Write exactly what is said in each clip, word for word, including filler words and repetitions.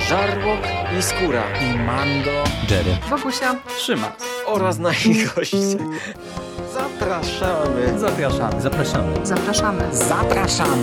Żarłok i Skóra i Mando, Jerry, Wokusia, Trzyma oraz nasi goście. Zapraszamy. Zapraszamy. Zapraszamy. Zapraszamy. Zapraszamy.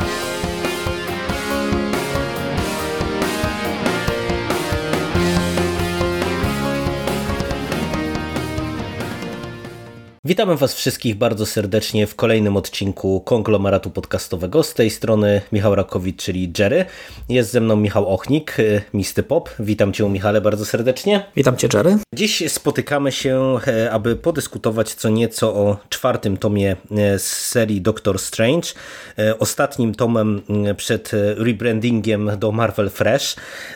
Witamy Was wszystkich bardzo serdecznie w kolejnym odcinku konglomeratu podcastowego. Z tej strony Michał Rakowicz, czyli Jerry. Jest ze mną Michał Ochnik, Misty Pop. Witam Cię, Michale, bardzo serdecznie. Witam Cię, Jerry. Dziś spotykamy się, aby podyskutować co nieco o czwartym tomie z serii Doctor Strange. Ostatnim tomem przed rebrandingiem do Marvel Fresh,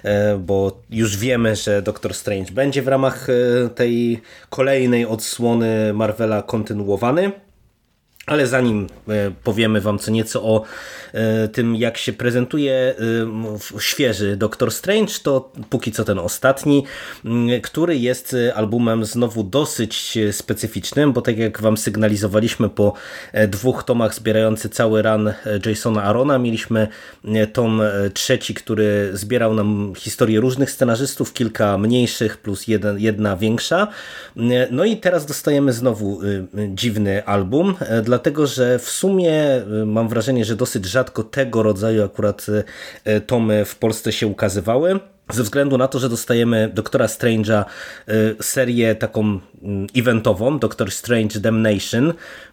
bo już wiemy, że Doctor Strange będzie w ramach tej kolejnej odsłony Marvela kontynuowany. Ale zanim powiemy Wam co nieco o tym, jak się prezentuje świeży Doctor Strange, to póki co ten ostatni, który jest albumem znowu dosyć specyficznym, bo tak jak Wam sygnalizowaliśmy, po dwóch tomach zbierający cały run Jasona Aarona, mieliśmy tom trzeci, który zbierał nam historię różnych scenarzystów, kilka mniejszych plus jeden, jedna większa. No i teraz dostajemy znowu dziwny album, dlatego że w sumie mam wrażenie, że dosyć rzadko tego rodzaju akurat tomy w Polsce się ukazywały. Ze względu na to, że dostajemy Doktora Strange'a serię taką eventową, Doctor Strange Damnation,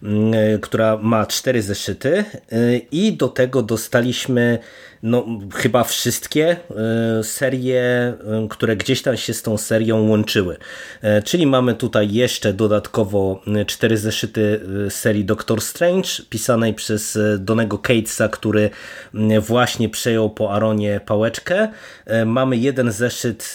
która ma cztery zeszyty i do tego dostaliśmy no, chyba wszystkie serie, które gdzieś tam się z tą serią łączyły. Czyli mamy tutaj jeszcze dodatkowo cztery zeszyty serii Doctor Strange, pisanej przez Donego Catesa, który właśnie przejął po Aaronie pałeczkę. Mamy jeden zeszyt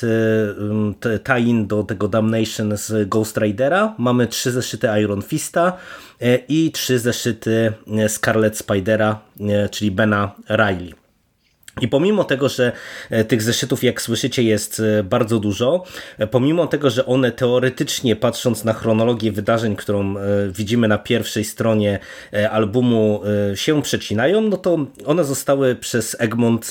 tie-in do tego Damnation z Ghost Ridera, mamy trzy zeszyty Iron Fista i trzy zeszyty Scarlet Spidera, czyli Bena Reilly. I pomimo tego, że tych zeszytów, jak słyszycie, jest bardzo dużo, pomimo tego, że one teoretycznie, patrząc na chronologię wydarzeń, którą widzimy na pierwszej stronie albumu, się przecinają, no to one zostały przez Egmont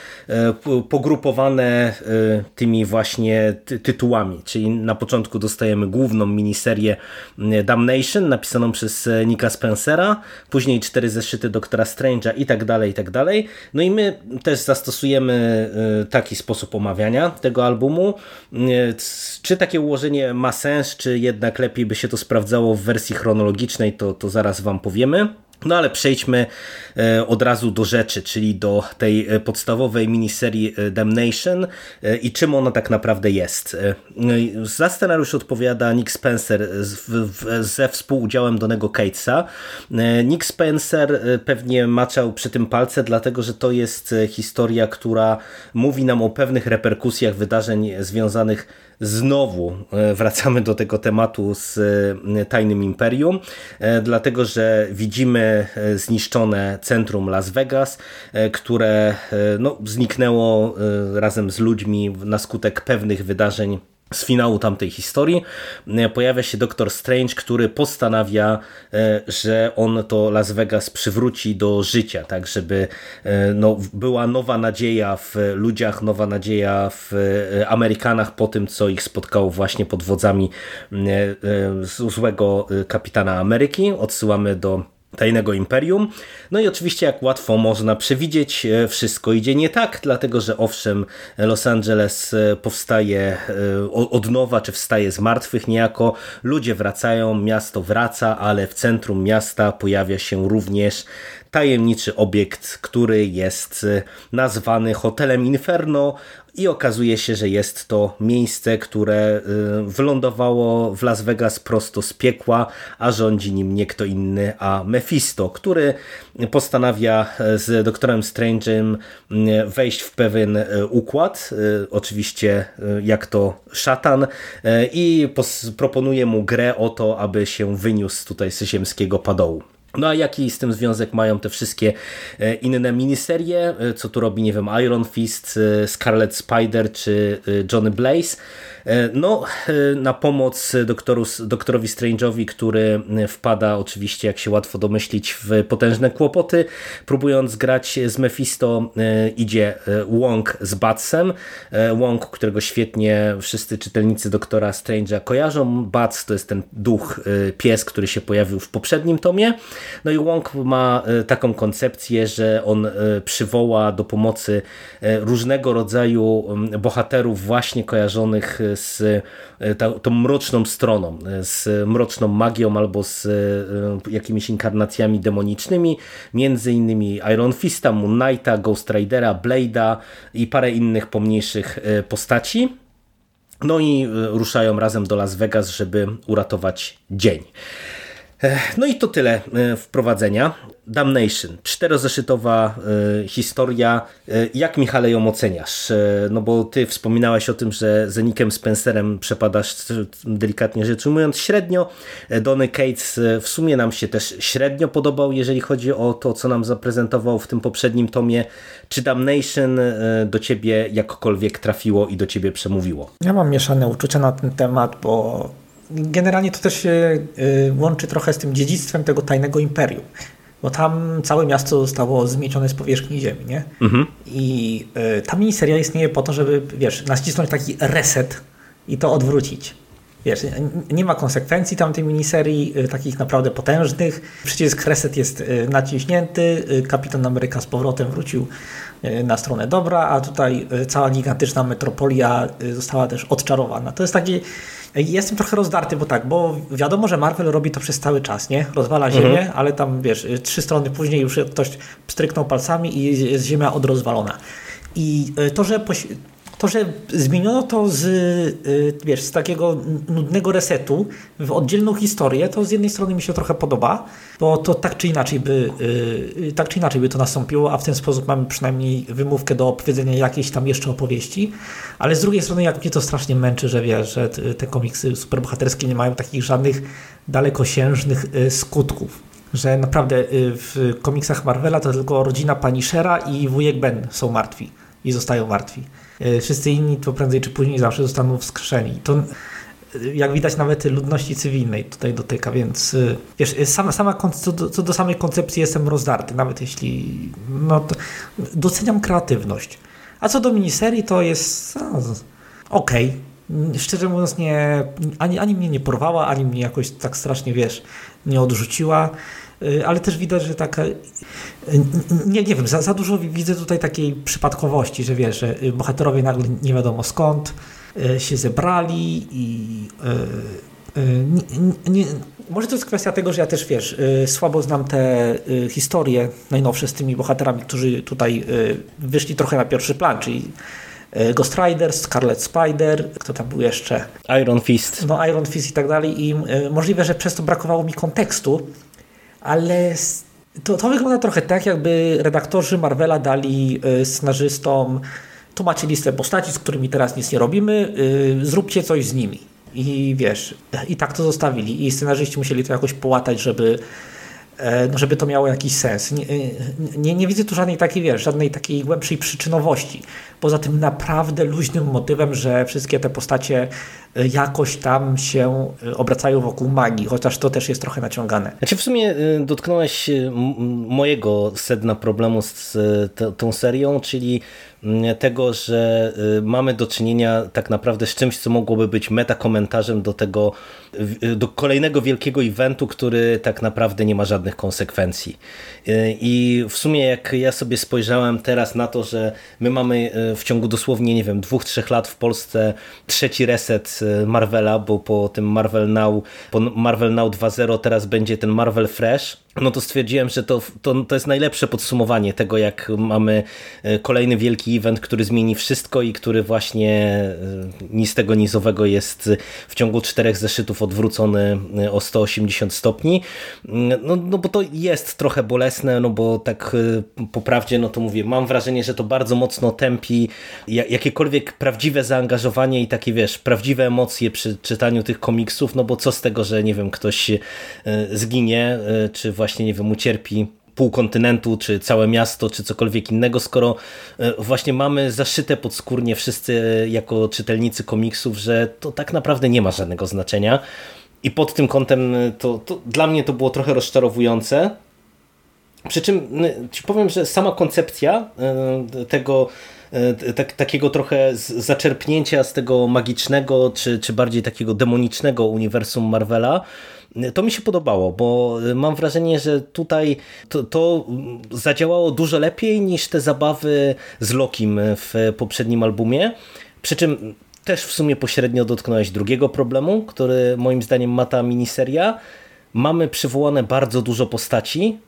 pogrupowane tymi właśnie tytułami. Czyli na początku dostajemy główną miniserię Damnation, napisaną przez Nicka Spencera, później cztery zeszyty Doktora Strange'a i tak dalej, i tak dalej. No i my też zastosujemy taki sposób omawiania tego albumu. Czy takie ułożenie ma sens, czy jednak lepiej by się to sprawdzało w wersji chronologicznej, to, to zaraz Wam powiemy. No ale przejdźmy od razu do rzeczy, czyli do tej podstawowej miniserii Damnation i czym ona tak naprawdę jest. Za scenariusz odpowiada Nick Spencer ze współudziałem Donego Catesa. Nick Spencer pewnie maczał przy tym palce, dlatego że to jest historia, która mówi nam o pewnych reperkusjach wydarzeń związanych, znowu wracamy do tego tematu z Tajnym Imperium, dlatego że widzimy zniszczone centrum Las Vegas, które no, zniknęło razem z ludźmi na skutek pewnych wydarzeń z finału tamtej historii. Pojawia się Doktor Strange, który postanawia, że on to Las Vegas przywróci do życia, tak żeby no, była nowa nadzieja w ludziach, nowa nadzieja w Amerykanach po tym, co ich spotkało właśnie pod wodzami złego kapitana Ameryki. Odsyłamy do Tajnego Imperium. No i oczywiście, jak łatwo można przewidzieć, wszystko idzie nie tak, dlatego że owszem, Los Angeles powstaje od nowa, czy wstaje z martwych niejako, ludzie wracają, miasto wraca, ale w centrum miasta pojawia się również tajemniczy obiekt, który jest nazwany Hotelem Inferno i okazuje się, że jest to miejsce, które wylądowało w Las Vegas prosto z piekła, a rządzi nim nie kto inny, a Mephisto, który postanawia z doktorem Strange'em wejść w pewien układ, oczywiście jak to szatan, i proponuje mu grę o to, aby się wyniósł tutaj z ziemskiego padołu. No a jaki z tym związek mają te wszystkie inne miniserie? Co tu robi, nie wiem, Iron Fist, Scarlet Spider czy Johnny Blaze? No, na pomoc doktoru, doktorowi Strange'owi, który wpada oczywiście, jak się łatwo domyślić, w potężne kłopoty, próbując grać z Mephisto, idzie Wong z Batsem. Wong, którego świetnie wszyscy czytelnicy doktora Strange'a kojarzą. Bats to jest ten duch, pies, który się pojawił w poprzednim tomie. No i Wong ma taką koncepcję, że on przywoła do pomocy różnego rodzaju bohaterów właśnie kojarzonych z ta, tą mroczną stroną, z mroczną magią albo z jakimiś inkarnacjami demonicznymi, między innymi Iron Fista, Moon Knighta, Ghost Ridera, Blade'a i parę innych pomniejszych postaci. No i ruszają razem do Las Vegas, żeby uratować dzień. No i to tyle wprowadzenia. Damnation, czterozeszytowa y, historia. Y, jak, Michale, ją oceniasz? Y, no bo ty wspominałeś o tym, że z Nickiem Spencerem przepadasz, delikatnie rzecz ujmując, średnio. Donny Cates y, w sumie nam się też średnio podobał, jeżeli chodzi o to, co nam zaprezentował w tym poprzednim tomie. Czy Damnation y, do ciebie jakkolwiek trafiło i do ciebie przemówiło? Ja mam mieszane uczucia na ten temat, bo generalnie to też się y, łączy trochę z tym dziedzictwem tego tajnego imperium. Bo tam całe miasto zostało zmiecione z powierzchni ziemi, nie? Mhm. I y, ta miniseria istnieje po to, żeby, wiesz, nacisnąć taki reset i to odwrócić. Wiesz, nie ma konsekwencji tam tej miniserii, y, takich naprawdę potężnych. Przycisk reset jest y, naciśnięty, y, Kapitan Ameryka z powrotem wrócił y, na stronę dobra, a tutaj y, cała gigantyczna metropolia y, została też odczarowana. To jest taki... Jestem trochę rozdarty, bo tak, bo wiadomo, że Marvel robi to przez cały czas, nie? Rozwala ziemię, mhm. ale tam, wiesz, trzy strony później już ktoś pstryknął palcami i jest ziemia odrozwalona. I to, że poś- to, że zmieniono to z, wiesz, z takiego nudnego resetu w oddzielną historię, to z jednej strony mi się trochę podoba, bo to tak czy inaczej by, tak czy inaczej by to nastąpiło, a w ten sposób mamy przynajmniej wymówkę do opowiedzenia jakiejś tam jeszcze opowieści, ale z drugiej strony jak mnie to strasznie męczy, że wiesz, że te komiksy superbohaterskie nie mają takich żadnych dalekosiężnych skutków. Że naprawdę w komiksach Marvela to tylko rodzina Punishera i wujek Ben są martwi i zostają martwi. Wszyscy inni to prędzej czy później zawsze zostaną wskrzeszeni. To jak widać nawet ludności cywilnej tutaj dotyka, więc wiesz, sama, sama, co, do, co do samej koncepcji jestem rozdarty, nawet jeśli no, to doceniam kreatywność. A co do miniserii to jest no, okej. Okay. Szczerze mówiąc nie, ani, ani mnie nie porwała, ani mnie jakoś tak strasznie, wiesz, nie odrzuciła. Ale też widać, że taka, nie, nie wiem, za, za dużo widzę tutaj takiej przypadkowości, że wiesz, że bohaterowie nagle nie wiadomo skąd się zebrali i yy, yy, nie, nie, może to jest kwestia tego, że ja też, wiesz, yy, słabo znam te yy, historie najnowsze z tymi bohaterami, którzy tutaj yy, wyszli trochę na pierwszy plan, czyli Ghost Rider, Scarlet Spider, kto tam był jeszcze? Iron Fist. No Iron Fist i tak dalej i yy, możliwe, że przez to brakowało mi kontekstu, ale to, to wygląda trochę tak, jakby redaktorzy Marvela dali y, scenarzystom, tu macie listę postaci, z którymi teraz nic nie robimy, y, zróbcie coś z nimi. I wiesz, i tak to zostawili. I scenarzyści musieli to jakoś połatać, żeby, y, no, żeby to miało jakiś sens. Nie, nie, nie widzę tu żadnej takiej, wiesz, żadnej takiej głębszej przyczynowości. Poza tym naprawdę luźnym motywem, że wszystkie te postacie jakoś tam się obracają wokół magii, chociaż to też jest trochę naciągane. Znaczy w sumie dotknąłeś mojego sedna problemu z tą serią, czyli tego, że mamy do czynienia tak naprawdę z czymś, co mogłoby być metakomentarzem do tego, do kolejnego wielkiego eventu, który tak naprawdę nie ma żadnych konsekwencji. I w sumie jak ja sobie spojrzałem teraz na to, że my mamy w ciągu dosłownie, nie wiem, dwóch, trzech lat w Polsce trzeci reset Marvela, bo po tym Marvel Now, po Marvel Now dwa zero teraz będzie ten Marvel Fresh, no to stwierdziłem, że to, to, to jest najlepsze podsumowanie tego, jak mamy kolejny wielki event, który zmieni wszystko i który właśnie ni z tego, ni z owego jest w ciągu czterech zeszytów odwrócony o sto osiemdziesiąt stopni. No, no bo to jest trochę bolesne, no bo tak po prawdzie, no to mówię, mam wrażenie, że to bardzo mocno tępi jakiekolwiek prawdziwe zaangażowanie i takie, wiesz, prawdziwe emocje przy czytaniu tych komiksów, no bo co z tego, że nie wiem, ktoś zginie, czy właśnie, nie wiem, ucierpi pół kontynentu, czy całe miasto, czy cokolwiek innego, skoro właśnie mamy zaszyte podskórnie wszyscy jako czytelnicy komiksów, że to tak naprawdę nie ma żadnego znaczenia. I pod tym kątem to, to dla mnie to było trochę rozczarowujące. Przy czym ci powiem, że sama koncepcja tego tak, takiego trochę zaczerpnięcia z tego magicznego, czy, czy bardziej takiego demonicznego uniwersum Marvela, to mi się podobało, bo mam wrażenie, że tutaj to, to zadziałało dużo lepiej niż te zabawy z Lokim w poprzednim albumie. Przy czym też w sumie pośrednio dotknąłeś drugiego problemu, który moim zdaniem ma ta miniseria. Mamy przywołane bardzo dużo postaci,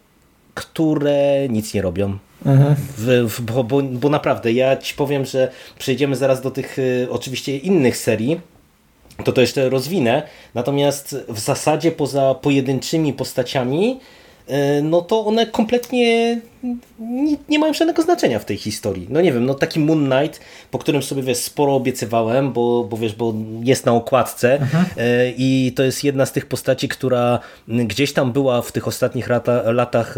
które nic nie robią. Mhm. W, w, bo, bo, bo naprawdę, ja ci powiem, że przejdziemy zaraz do tych y, oczywiście innych serii, to to jeszcze rozwinę, natomiast w zasadzie poza pojedynczymi postaciami no to one kompletnie nie, nie mają żadnego znaczenia w tej historii. No nie wiem, no taki Moon Knight, po którym sobie wiesz, sporo obiecywałem, bo, bo wiesz, bo jest na okładce mhm. i to jest jedna z tych postaci, która gdzieś tam była w tych ostatnich lata, latach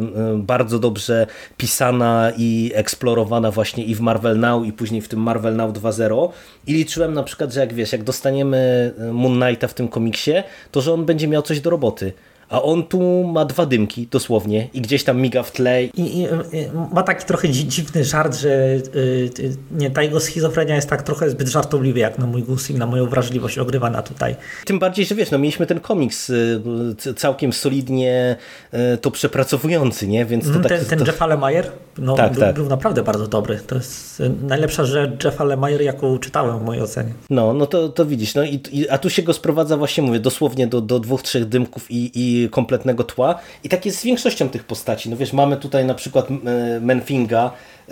bardzo dobrze pisana i eksplorowana właśnie i w Marvel Now i później w tym Marvel Now dwa zero i liczyłem na przykład, że jak wiesz, jak dostaniemy Moon Knighta w tym komiksie, to że on będzie miał coś do roboty. A on tu ma dwa dymki, dosłownie, i gdzieś tam miga w tle. I, i, i ma taki trochę dziwny żart, że y, nie, ta jego schizofrenia jest tak trochę zbyt żartobliwie, jak na mój gust i na moją wrażliwość ogrywana tutaj. Tym bardziej, że wiesz, no mieliśmy ten komiks y, całkiem solidnie y, to przepracowujący, nie? Więc to ten tak, ten to... Jeff Lemire no, tak, był, tak. był naprawdę bardzo dobry. To jest najlepsza rzecz Jeffa Lemire, jaką czytałem w mojej ocenie. No, no to, to widzisz. No i, i, a tu się go sprowadza właśnie, mówię, dosłownie do, do dwóch, trzech dymków i, i kompletnego tła. I tak jest z większością tych postaci. No wiesz, mamy tutaj na przykład Menfinga,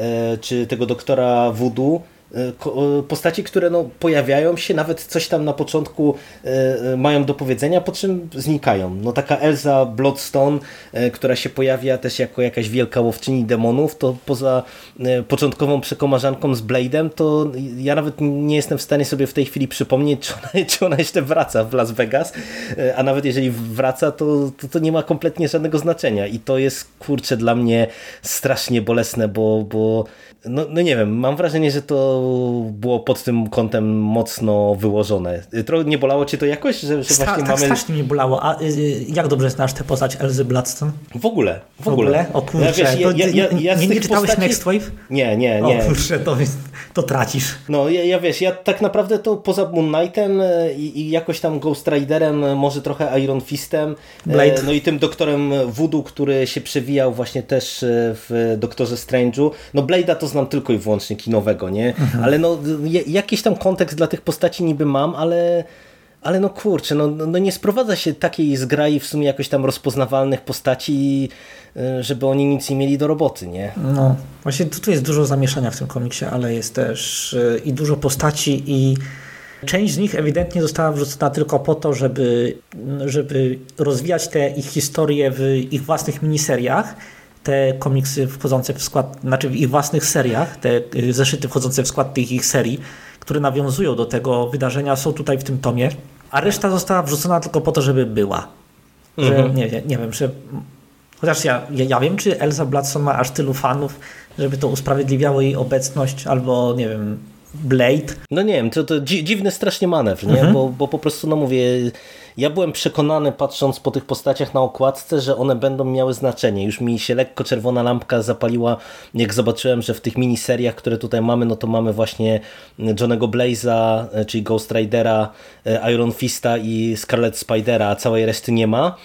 czy tego doktora Voodoo, postaci, które no, pojawiają się, nawet coś tam na początku e, mają do powiedzenia, po czym znikają. No taka Elsa Bloodstone, e, która się pojawia też jako jakaś wielka łowczyni demonów, to poza e, początkową przekomarzanką z Blade'em, to ja nawet nie jestem w stanie sobie w tej chwili przypomnieć, czy ona, czy ona jeszcze wraca w Las Vegas, e, a nawet jeżeli wraca, to, to, to nie ma kompletnie żadnego znaczenia i to jest, kurczę, dla mnie strasznie bolesne, bo, bo no, no nie wiem, mam wrażenie, że to było pod tym kątem mocno wyłożone. Nie bolało cię to jakoś? Że, że Stra- właśnie tak mamy... strasznie mi bolało. A y, jak dobrze znasz tę postać Elzy Bloodstone? W ogóle. W, w ogóle? ogóle? O kurczę. Ja, wiesz, ja, ja, ja, ja nie nie czytałeś postaci... Next Wave? Nie, nie, nie. O kurczę, to, to tracisz. No ja, ja wiesz, ja tak naprawdę to poza Moon Knightem i, i jakoś tam Ghost Riderem, może trochę Iron Fistem, Blade. No i tym doktorem Voodoo, który się przewijał właśnie też w Doktorze Strange'u. No Blade'a to znam tylko i wyłącznie kinowego, nie? Mhm. Ale no jakiś tam kontekst dla tych postaci niby mam, ale, ale no kurczę, no, no nie sprowadza się takiej zgrai w sumie jakoś tam rozpoznawalnych postaci, żeby oni nic nie mieli do roboty, nie? No, właśnie tu, tu jest dużo zamieszania w tym komiksie, ale jest też i dużo postaci i część z nich ewidentnie została wrzucona tylko po to, żeby, żeby rozwijać te ich historie w ich własnych miniseriach, te komiksy wchodzące w skład, znaczy w ich własnych seriach, te zeszyty wchodzące w skład tych ich serii, które nawiązują do tego wydarzenia, są tutaj w tym tomie, a reszta została wrzucona tylko po to, żeby była. Że, mhm. nie, nie wiem, że chociaż ja, ja, ja wiem, czy Elsa Bloodstone ma aż tylu fanów, żeby to usprawiedliwiało jej obecność, albo nie wiem, Blade. No nie wiem, to, to dziwny strasznie manewr, nie? Mhm. Bo, bo po prostu, no mówię, ja byłem przekonany, patrząc po tych postaciach na okładce, że one będą miały znaczenie. Już mi się lekko czerwona lampka zapaliła, jak zobaczyłem, że w tych miniseriach, które tutaj mamy, no to mamy właśnie Johnnego Blaze'a, czyli Ghost Ridera, Iron Fista i Scarlet Spidera, a całej reszty nie ma.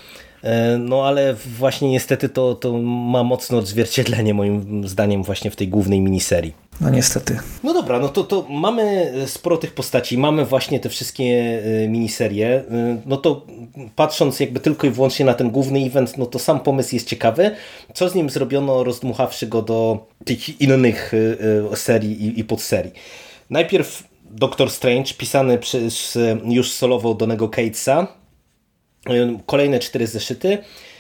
No ale właśnie niestety to, to ma mocne odzwierciedlenie moim zdaniem właśnie w tej głównej miniserii. No niestety. No dobra, no to, to mamy sporo tych postaci, mamy właśnie te wszystkie miniserie, no to patrząc jakby tylko i wyłącznie na ten główny event, no to sam pomysł jest ciekawy. Co z nim zrobiono, rozdmuchawszy go do tych innych serii i, i podserii? Najpierw Doctor Strange, pisany przez już solowo Donnego Catesa, kolejne cztery zeszyty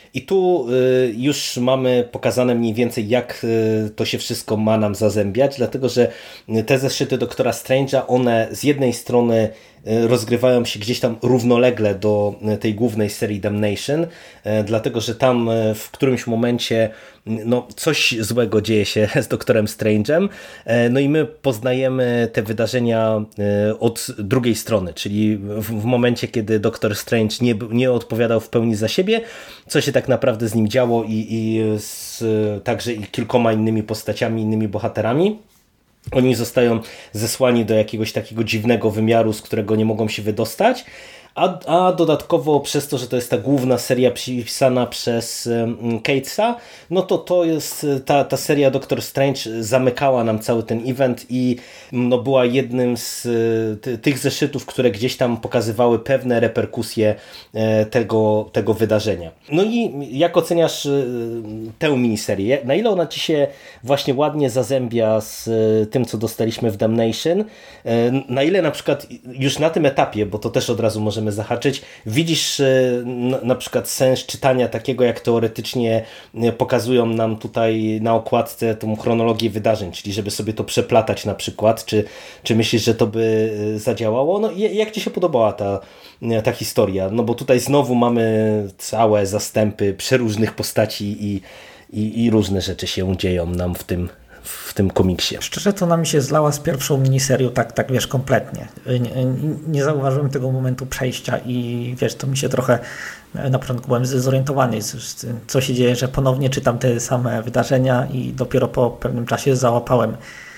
I tu już mamy pokazane mniej więcej, jak to się wszystko ma nam zazębiać, dlatego że te zeszyty Doktora Strange'a, one z jednej strony rozgrywają się gdzieś tam równolegle do tej głównej serii Damnation, dlatego że tam w którymś momencie no, coś złego dzieje się z Doktorem Strange'em, no i my poznajemy te wydarzenia od drugiej strony, czyli w, w momencie, kiedy Doktor Strange nie, nie odpowiadał w pełni za siebie, co się tak naprawdę z nim działo i, i z, także i kilkoma innymi postaciami, innymi bohaterami. Oni zostają zesłani do jakiegoś takiego dziwnego wymiaru, z którego nie mogą się wydostać, a, a dodatkowo przez to, że to jest ta główna seria przypisana przez um, Catesa, no to to jest ta, ta seria Doctor Strange zamykała nam cały ten event i no, była jednym z ty, tych zeszytów, które gdzieś tam pokazywały pewne reperkusje e, tego, tego wydarzenia. No i jak oceniasz e, tę miniserię? Na ile ona ci się właśnie ładnie zazębia z e, tym, co dostaliśmy w Damnation? E, na ile na przykład już na tym etapie, bo to też od razu możemy zahaczyć, widzisz na, na przykład sens czytania takiego, jak teoretycznie pokazują nam tutaj na okładce tą chronologię wydarzeń, czyli żeby sobie to przeplatać na przykład, czy, czy myślisz, że to by zadziałało? No jak ci się podobała ta, ta historia? No bo tutaj znowu mamy całe zastępy przeróżnych postaci i, i, i różne rzeczy się dzieją nam w tym w tym komiksie. Szczerze to nam się zlała z pierwszą miniserią tak, tak wiesz, kompletnie. Nie, nie zauważyłem tego momentu przejścia i wiesz, to mi się trochę na początku byłem zorientowany, co się dzieje, że ponownie czytam te same wydarzenia i dopiero po pewnym czasie załapałem,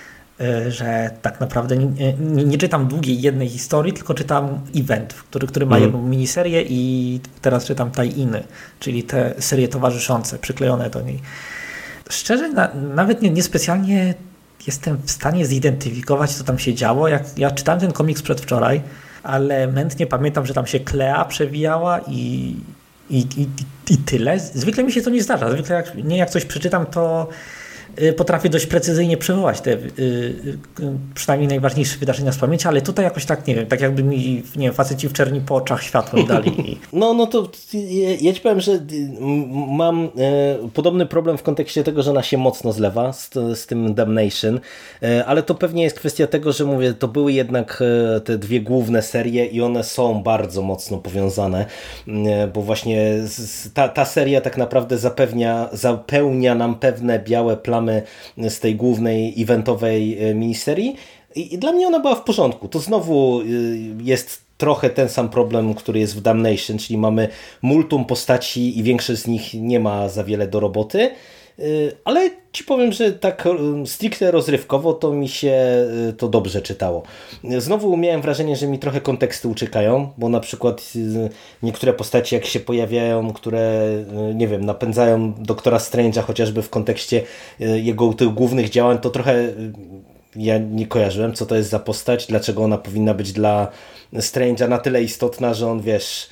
że tak naprawdę nie, nie, nie czytam długiej jednej historii, tylko czytam event, który, który ma jedną miniserię i teraz czytam tie-iny, czyli te serie towarzyszące, przyklejone do niej. Szczerze, na, nawet nie, niespecjalnie jestem w stanie zidentyfikować, co tam się działo. Jak, ja czytałem ten komiks przedwczoraj, ale mętnie pamiętam, że tam się Klea przewijała i, i, i, i tyle. Zwykle mi się to nie zdarza. Zwykle jak, nie jak coś przeczytam, to potrafię dość precyzyjnie przywołać te y, przynajmniej najważniejsze wydarzenia z pamięci, ale tutaj jakoś tak, nie wiem, tak jakby mi, nie wiem, faceci w czerni po oczach światłem dali. No, no to ja ci powiem, że mam e, podobny problem w kontekście tego, że ona się mocno zlewa z, z tym Damnation, e, ale to pewnie jest kwestia tego, że mówię, to były jednak e, te dwie główne serie i one są bardzo mocno powiązane, e, bo właśnie z, ta, ta seria tak naprawdę zapewnia, zapełnia nam pewne białe plamy z tej głównej eventowej miniserii i dla mnie ona była w porządku. To znowu jest trochę ten sam problem, który jest w Damnation, czyli mamy multum postaci i większość z nich nie ma za wiele do roboty, ale ci powiem, że tak stricte rozrywkowo to mi się to dobrze czytało. Znowu miałem wrażenie, że mi trochę konteksty uciekają, bo na przykład niektóre postaci jak się pojawiają, które nie wiem, napędzają Doktora Strange'a chociażby w kontekście jego tych głównych działań, to trochę ja nie kojarzyłem, co to jest za postać, dlaczego ona powinna być dla Strange'a na tyle istotna, że on wiesz,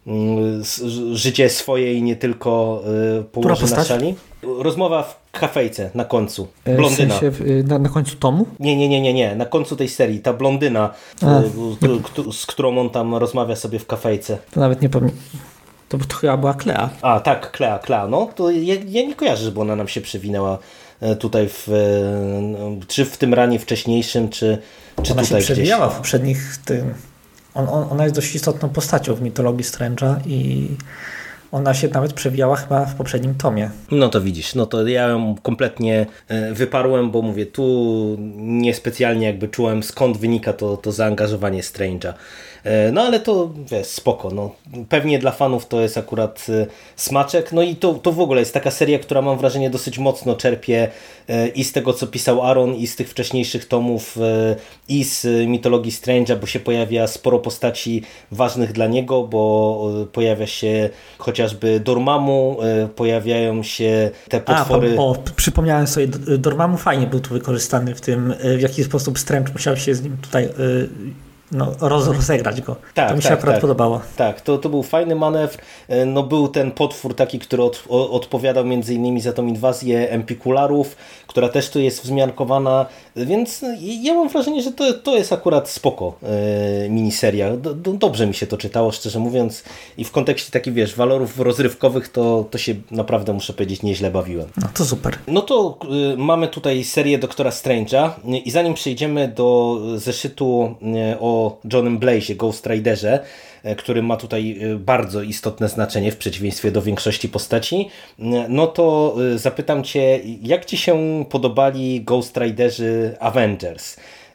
życie swoje i nie tylko położy na szali. Rozmowa w kafejce na końcu. Blondyna. W sensie na, na końcu tomu? Nie, nie, nie, nie, nie. Na końcu tej serii. Ta blondyna, A. z którą on tam rozmawia sobie w kafejce. To nawet nie pamiętam. To, to chyba była Klea. A, tak, Klea, Klea. No, to ja, ja nie kojarzę, żeby ona nam się przewinęła tutaj w, czy w tym ranie wcześniejszym, czy, czy ona tutaj się przewijała gdzieś. w poprzednich tym. On, on, ona jest dość istotną postacią w mitologii Strange'a i ona się nawet przewijała chyba w poprzednim tomie. No to widzisz, no to ja ją kompletnie wyparłem, bo mówię, tu niespecjalnie jakby czułem, skąd wynika to, to zaangażowanie Strange'a. No ale to wiesz, spoko, no. Pewnie dla fanów to jest akurat smaczek, no i to, to w ogóle jest taka seria, która mam wrażenie dosyć mocno czerpie i z tego, co pisał Aaron, i z tych wcześniejszych tomów, i z mitologii Strange'a, bo się pojawia sporo postaci ważnych dla niego, bo pojawia się chociażby Dormammu, pojawiają się te potwory. A, o, przypomniałem sobie, Dormammu fajnie był tu wykorzystany w tym, w jaki sposób Strange musiał się z nim tutaj no, roz, rozegrać go. Tak, to mi się tak, akurat tak. podobało. Tak, to, to był fajny manewr. No, był ten potwór taki, który od, o, odpowiadał między innymi za tą inwazję empikularów, która też tu jest wzmiankowana, więc ja mam wrażenie, że to, to jest akurat spoko e, miniseria. Do, do, dobrze mi się to czytało, szczerze mówiąc, i w kontekście takich, wiesz, walorów rozrywkowych to, to się naprawdę, muszę powiedzieć, nieźle bawiłem. No to super. No to y, mamy tutaj serię Doktora Strange'a i zanim przejdziemy do zeszytu y, o Johnem Blaze'ie, Ghost Riderze, y, który ma tutaj y, bardzo istotne znaczenie w przeciwieństwie do większości postaci, y, no to y, zapytam Cię, jak Ci się podobali Ghost Riderzy Avengers?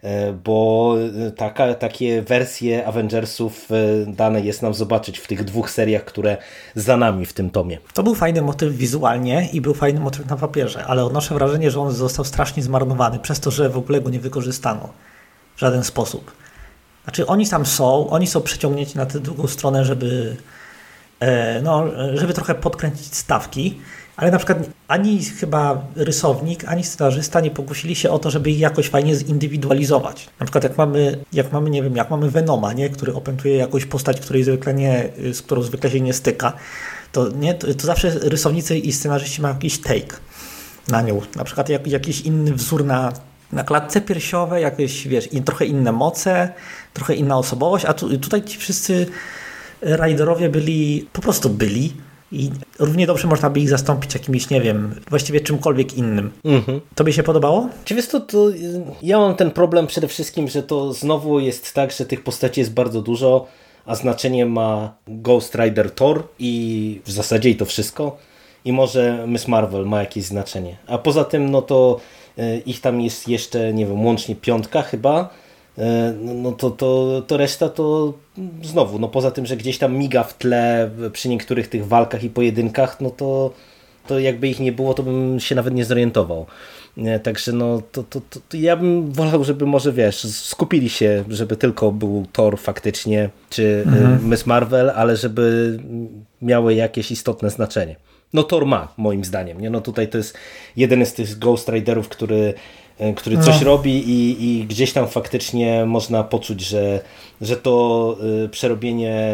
Bo taka, takie wersje Avengersów dane jest nam zobaczyć w tych dwóch seriach, które za nami w tym tomie. To był fajny motyw wizualnie i był fajny motyw na papierze, ale odnoszę wrażenie, że on został strasznie zmarnowany przez to, że w ogóle go nie wykorzystano w żaden sposób. Znaczy oni tam są, oni są przeciągnięci na tę drugą stronę, żeby, no, żeby trochę podkręcić stawki, ale na przykład ani chyba rysownik, ani scenarzysta nie pokusili się o to, żeby ich jakoś fajnie zindywidualizować. Na przykład jak mamy, jak mamy, nie wiem, jak mamy Venoma, nie, który opętuje jakąś postać, której zwykle nie, z którą zwykle się nie styka, to, nie, to, to zawsze rysownicy i scenarzyści mają jakiś take na nią. Na przykład jak, jakiś inny wzór na, na klatce piersiowej, jakieś, wiesz, i trochę inne moce, trochę inna osobowość, a tu, tutaj ci wszyscy riderowie byli, po prostu byli. I równie dobrze można by ich zastąpić jakimś, nie wiem, właściwie czymkolwiek innym. Mhm. Tobie się podobało? Czy wiesz to, to ja mam ten problem przede wszystkim, że to znowu jest tak, że tych postaci jest bardzo dużo, a znaczenie ma Ghost Rider Thor i w zasadzie i to wszystko. I może Miss Marvel ma jakieś znaczenie. A poza tym, no to ich tam jest jeszcze, nie wiem, łącznie piątka chyba. No to, to, to reszta to znowu, no poza tym, że gdzieś tam miga w tle przy niektórych tych walkach i pojedynkach, no to, to jakby ich nie było, to bym się nawet nie zorientował. Także no to, to, to, to ja bym wolał, żeby może, wiesz, skupili się, żeby tylko był Thor faktycznie, czy mhm. Miss Marvel, ale żeby miały jakieś istotne znaczenie. No Thor ma, moim zdaniem. Nie? No tutaj to jest jeden z tych Ghost Riderów, który który coś no. robi i, i gdzieś tam faktycznie można poczuć, że, że to y, przerobienie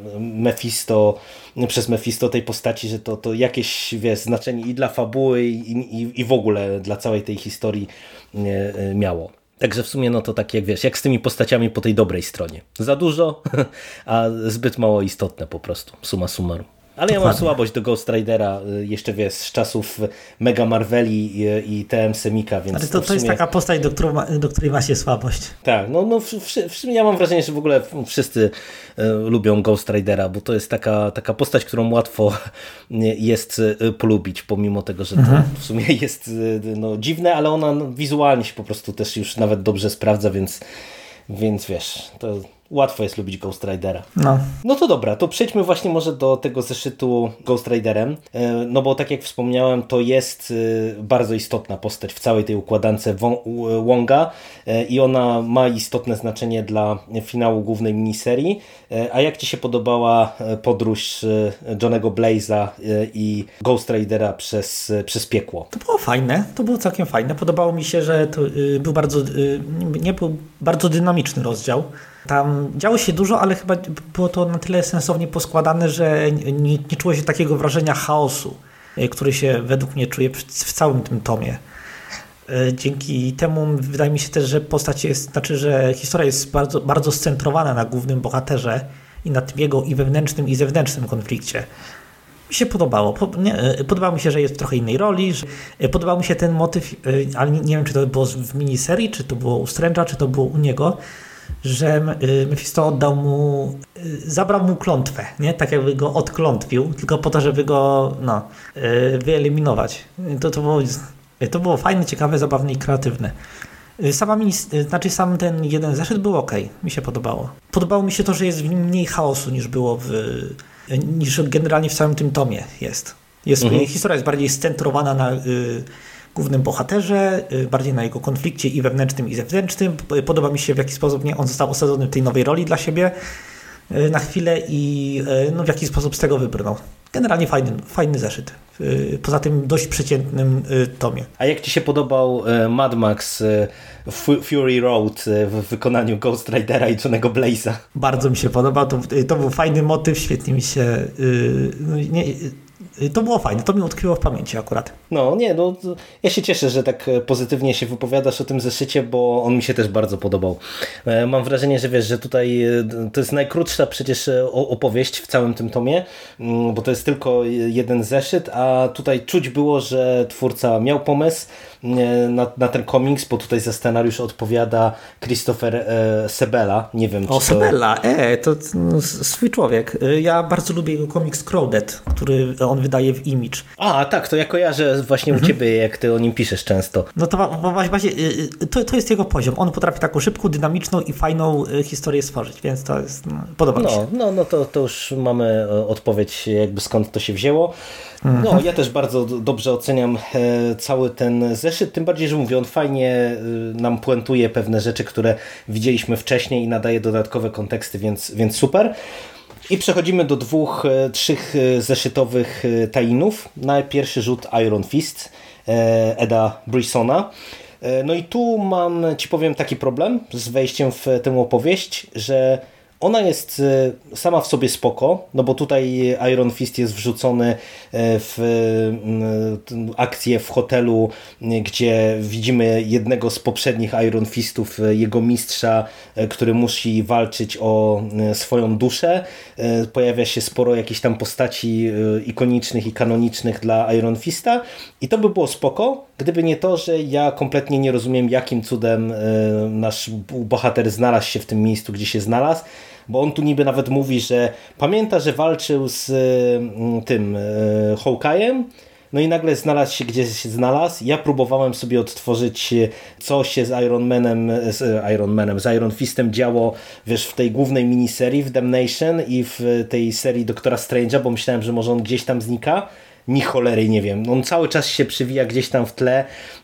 Mephisto przez Mephisto tej postaci, że to, to jakieś, wiesz, znaczenie i dla fabuły i, i, i w ogóle dla całej tej historii y, y, miało. Także w sumie no to tak jak wiesz, jak z tymi postaciami po tej dobrej stronie. Za dużo, a zbyt mało istotne po prostu, summa summarum. Ale ja mam słabość do Ghost Ridera, jeszcze wiesz, z czasów Mega Marveli i, i T M Semika, więc... Ale to, to, to jest sumie... taka postać, do, którą, do której ma się słabość. Tak, no, no w, w, w, ja mam wrażenie, że w ogóle wszyscy e, lubią Ghost Ridera, bo to jest taka, taka postać, którą łatwo jest polubić, pomimo tego, że mhm. to w sumie jest no, dziwne, ale ona no, wizualnie się po prostu też już nawet dobrze sprawdza, więc, więc wiesz, to... Łatwo jest lubić Ghost Ridera. No. no to dobra, to przejdźmy właśnie może do tego zeszytu Ghost Riderem, no bo tak jak wspomniałem, to jest bardzo istotna postać w całej tej układance Wonga i ona ma istotne znaczenie dla finału głównej miniserii. A jak Ci się podobała podróż Johnego Blaze'a i Ghost Ridera przez, przez piekło? To było fajne, to było całkiem fajne. Podobało mi się, że to był bardzo, nie był bardzo dynamiczny rozdział. Tam działo się dużo, ale chyba było to na tyle sensownie poskładane, że nie, nie czuło się takiego wrażenia chaosu, który się według mnie czuje w całym tym tomie. Dzięki temu wydaje mi się też, że postać jest, znaczy, że historia jest bardzo, bardzo scentrowana na głównym bohaterze i na tym jego i wewnętrznym, i zewnętrznym konflikcie. Mi się podobało. Podobało mi się, że jest w trochę innej roli. Podobał mi się ten motyw, ale nie, nie wiem, czy to było w miniserii, czy to było u Strange'a, czy to było u niego, że Mephisto oddał mu, zabrał mu klątwę, nie? Tak jakby go odklątwił, tylko po to, żeby go no, wyeliminować. To, to, było, to było fajne, ciekawe, zabawne i kreatywne. Sama mini, znaczy sam ten jeden zeszyt był ok, mi się podobało. Podobało mi się to, że jest w nim mniej chaosu niż było w, niż generalnie w całym tym tomie jest. jest mhm. Historia jest bardziej scentrowana na y, głównym bohaterze, bardziej na jego konflikcie i wewnętrznym, i zewnętrznym. Podoba mi się, w jaki sposób nie, on został osadzony w tej nowej roli dla siebie na chwilę i no, w jaki sposób z tego wybrnął. generalnie fajny, fajny zeszyt. Poza tym dość przeciętnym tomie. A jak Ci się podobał Mad Max Fury Road w wykonaniu Ghost Ridera i Johnny'ego Blaze'a? Bardzo mi się podobał. To, to był fajny motyw, świetnie mi się... Nie, to było fajne, to mi utkwiło w pamięci akurat. No nie, no ja się cieszę, że tak pozytywnie się wypowiadasz o tym zeszycie, bo on mi się też bardzo podobał. Mam wrażenie, że wiesz, że tutaj to jest najkrótsza przecież opowieść w całym tym tomie, bo to jest tylko jeden zeszyt, a tutaj czuć było, że twórca miał pomysł na, na ten komiks, bo tutaj za scenariusz odpowiada Christopher e, Sebela. Nie wiem, czy o, to... Sebela, e, to no, swój człowiek. Ja bardzo lubię jego komiks Crowded, który on wydaje w Image. A, tak, to ja kojarzę właśnie mhm. u Ciebie, jak Ty o nim piszesz często. No to właśnie, to, to jest jego poziom. On potrafi taką szybką, dynamiczną i fajną historię stworzyć, więc to jest, no, podoba mi no, się. No, no to, to już mamy odpowiedź, jakby skąd to się wzięło. No, mhm. ja też bardzo dobrze oceniam e, cały ten zeszyt, tym bardziej, że mówię, on fajnie e, nam puentuje pewne rzeczy, które widzieliśmy wcześniej i nadaje dodatkowe konteksty, więc, więc super. I przechodzimy do dwóch, e, trzech zeszytowych e, tie-inów. Na pierwszy rzut Iron Fist e, Eda Brissona. E, no i tu mam, Ci powiem, taki problem z wejściem w tę opowieść, że ona jest sama w sobie spoko, no bo tutaj Iron Fist jest wrzucony w akcję w hotelu, gdzie widzimy jednego z poprzednich Iron Fistów, jego mistrza, który musi walczyć o swoją duszę. Pojawia się sporo jakichś tam postaci ikonicznych i kanonicznych dla Iron Fista i to by było spoko, gdyby nie to, że ja kompletnie nie rozumiem, jakim cudem nasz bohater znalazł się w tym miejscu, gdzie się znalazł. Bo on tu niby nawet mówi, że pamięta, że walczył z tym Hawkeye'em, no i nagle znalazł się gdzieś się znalazł. Ja próbowałem sobie odtworzyć, co się z Iron Manem, z Iron Manem, z Iron Fistem działo, wiesz, w tej głównej miniserii w Damnation i w tej serii Doktora Strange'a, bo myślałem, że może on gdzieś tam znika. Ni cholery nie wiem. On cały czas się przywija gdzieś tam w tle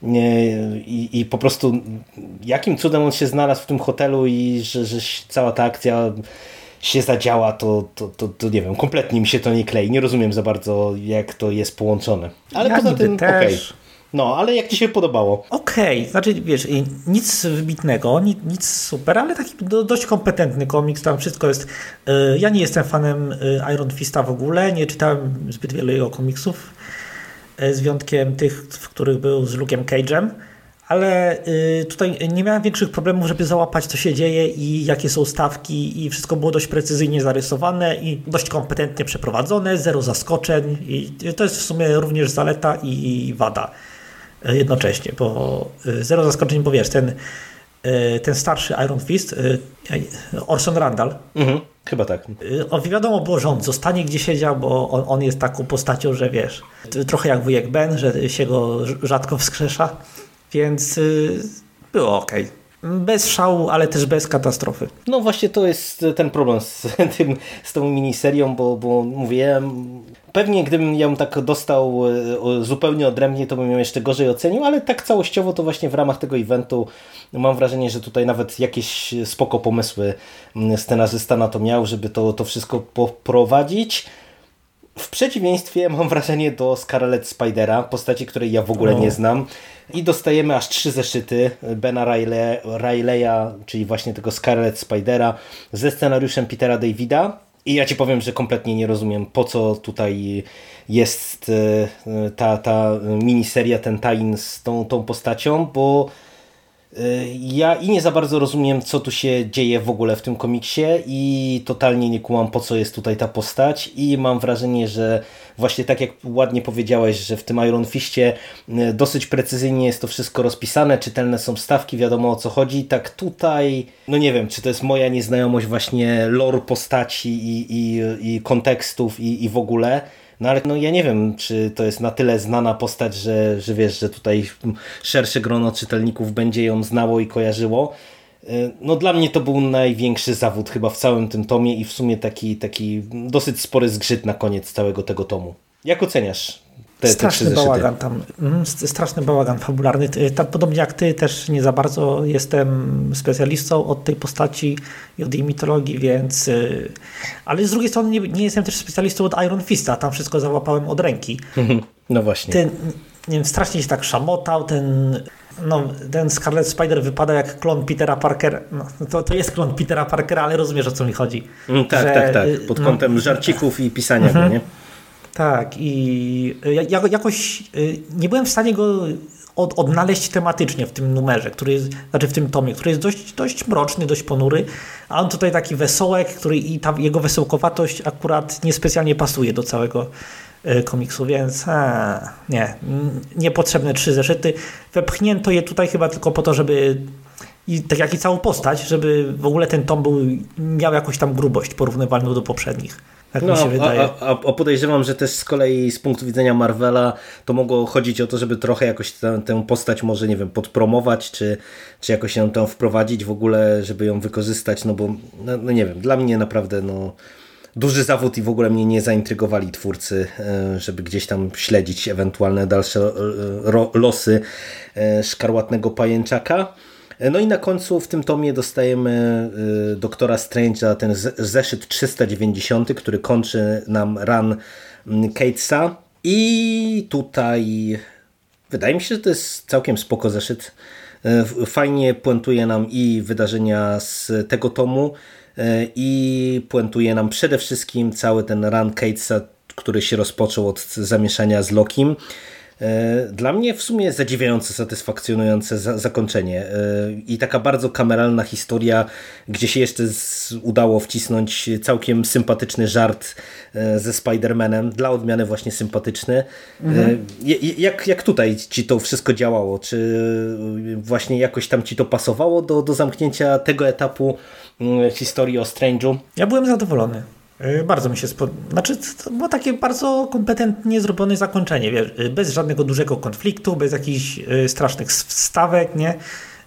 i, i po prostu jakim cudem on się znalazł w tym hotelu i że, że cała ta akcja się zadziała, to, to, to, to nie wiem, kompletnie mi się to nie klei. Nie rozumiem za bardzo, jak to jest połączone. Ale ja poza tym okej. Okay. No, ale jak Ci się podobało? Okej, okay. Znaczy wiesz, nic wybitnego, nic, nic super, ale taki dość kompetentny komiks, tam wszystko jest... Ja nie jestem fanem Iron Fista w ogóle, nie czytałem zbyt wiele jego komiksów, z wyjątkiem tych, w których był z Luke'em Cage'em, ale tutaj nie miałem większych problemów, żeby załapać, co się dzieje i jakie są stawki i wszystko było dość precyzyjnie zarysowane i dość kompetentnie przeprowadzone, zero zaskoczeń i to jest w sumie również zaleta i wada jednocześnie, bo zero zaskoczeń, bo wiesz, ten, ten starszy Iron Fist, Orson Randall, mhm, chyba tak. On wiadomo było, że on zostanie gdzie siedział, bo on, on jest taką postacią, że wiesz, trochę jak wujek Ben, że się go rzadko wskrzesza, więc było okej. Okay. Bez szału, ale też bez katastrofy. No właśnie to jest ten problem z, tym, z tą miniserią, bo, bo mówię, pewnie gdybym ją tak dostał zupełnie odrębnie, to bym ją jeszcze gorzej ocenił, ale tak całościowo to właśnie w ramach tego eventu mam wrażenie, że tutaj nawet jakieś spoko pomysły scenarzysta na to miał, żeby to, to wszystko poprowadzić. W przeciwieństwie mam wrażenie do Scarlet Spidera, postaci, której ja w ogóle nie znam. I dostajemy aż trzy zeszyty Bena Riley, Rileya, czyli właśnie tego Scarlet Spidera ze scenariuszem Petera Davida. I ja Ci powiem, że kompletnie nie rozumiem, po co tutaj jest ta, ta miniseria, ten tie-in z tą, tą postacią, bo ja i nie za bardzo rozumiem, co tu się dzieje w ogóle w tym komiksie i totalnie nie kumam, po co jest tutaj ta postać i mam wrażenie, że właśnie tak jak ładnie powiedziałeś, że w tym Iron Fistie dosyć precyzyjnie jest to wszystko rozpisane, czytelne są stawki, wiadomo o co chodzi, tak tutaj, no nie wiem, czy to jest moja nieznajomość właśnie lore postaci i, i, i kontekstów i, i w ogóle. No ale no ja nie wiem, czy to jest na tyle znana postać, że, że wiesz, że tutaj szersze grono czytelników będzie ją znało i kojarzyło. No dla mnie to był największy zawód chyba w całym tym tomie i w sumie taki, taki dosyć spory zgrzyt na koniec całego tego tomu. Jak oceniasz te, straszny te bałagan tam, mm, straszny bałagan fabularny. Tak podobnie jak ty, też nie za bardzo jestem specjalistą od tej postaci i od jej mitologii, więc ale z drugiej strony nie, nie jestem też specjalistą od Iron Fista, tam wszystko załapałem od ręki. No właśnie. Ten, nie wiem, strasznie się tak szamotał, ten no, ten Scarlet Spider wypada jak klon Petera Parkera. No, to, to jest klon Petera Parkera, ale rozumiesz, o co mi chodzi. Mm, tak, że, tak, tak. Pod kątem no, żarcików i pisania mhm. go, nie? Tak, i ja, jakoś nie byłem w stanie go od, odnaleźć tematycznie w tym numerze, który jest, znaczy w tym tomie, który jest dość, dość mroczny, dość ponury, a on tutaj taki wesołek, który i ta jego wesołkowatość akurat niespecjalnie pasuje do całego komiksu, więc a, nie, niepotrzebne trzy zeszyty. Wepchnięto je tutaj chyba tylko po to, żeby i tak jak i całą postać, żeby w ogóle ten tom był, miał jakąś tam grubość porównywalną do poprzednich. Tak no, mi się wydaje. A, a, a podejrzewam, że też z kolei z punktu widzenia Marvela to mogło chodzić o to, żeby trochę jakoś tę, tę postać może, nie wiem, podpromować, czy, czy jakoś ją tam wprowadzić w ogóle, żeby ją wykorzystać, no bo, no, no nie wiem, dla mnie naprawdę, no duży zawód i w ogóle mnie nie zaintrygowali twórcy, żeby gdzieś tam śledzić ewentualne dalsze losy szkarłatnego pajęczaka. No i na końcu w tym tomie dostajemy Doktora Strange'a, ten zeszyt trzysta dziewięćdziesiąty, który kończy nam run Catesa i tutaj wydaje mi się, że to jest całkiem spoko zeszyt. Fajnie puentuje nam i wydarzenia z tego tomu i puentuje nam przede wszystkim cały ten run Catesa, który się rozpoczął od zamieszania z Lokim. Dla mnie w sumie zadziwiające, satysfakcjonujące za zakończenie i taka bardzo kameralna historia, gdzie się jeszcze udało wcisnąć całkiem sympatyczny żart ze Spider-Manem, dla odmiany właśnie sympatyczny. Mhm. Jak, jak tutaj ci to wszystko działało? Czy właśnie jakoś tam ci to pasowało do, do zamknięcia tego etapu historii o Strange'u? Ja byłem zadowolony. Bardzo mi się spodobało. Znaczy, to było takie bardzo kompetentnie zrobione zakończenie, wiesz, bez żadnego dużego konfliktu, bez jakichś strasznych wstawek, nie?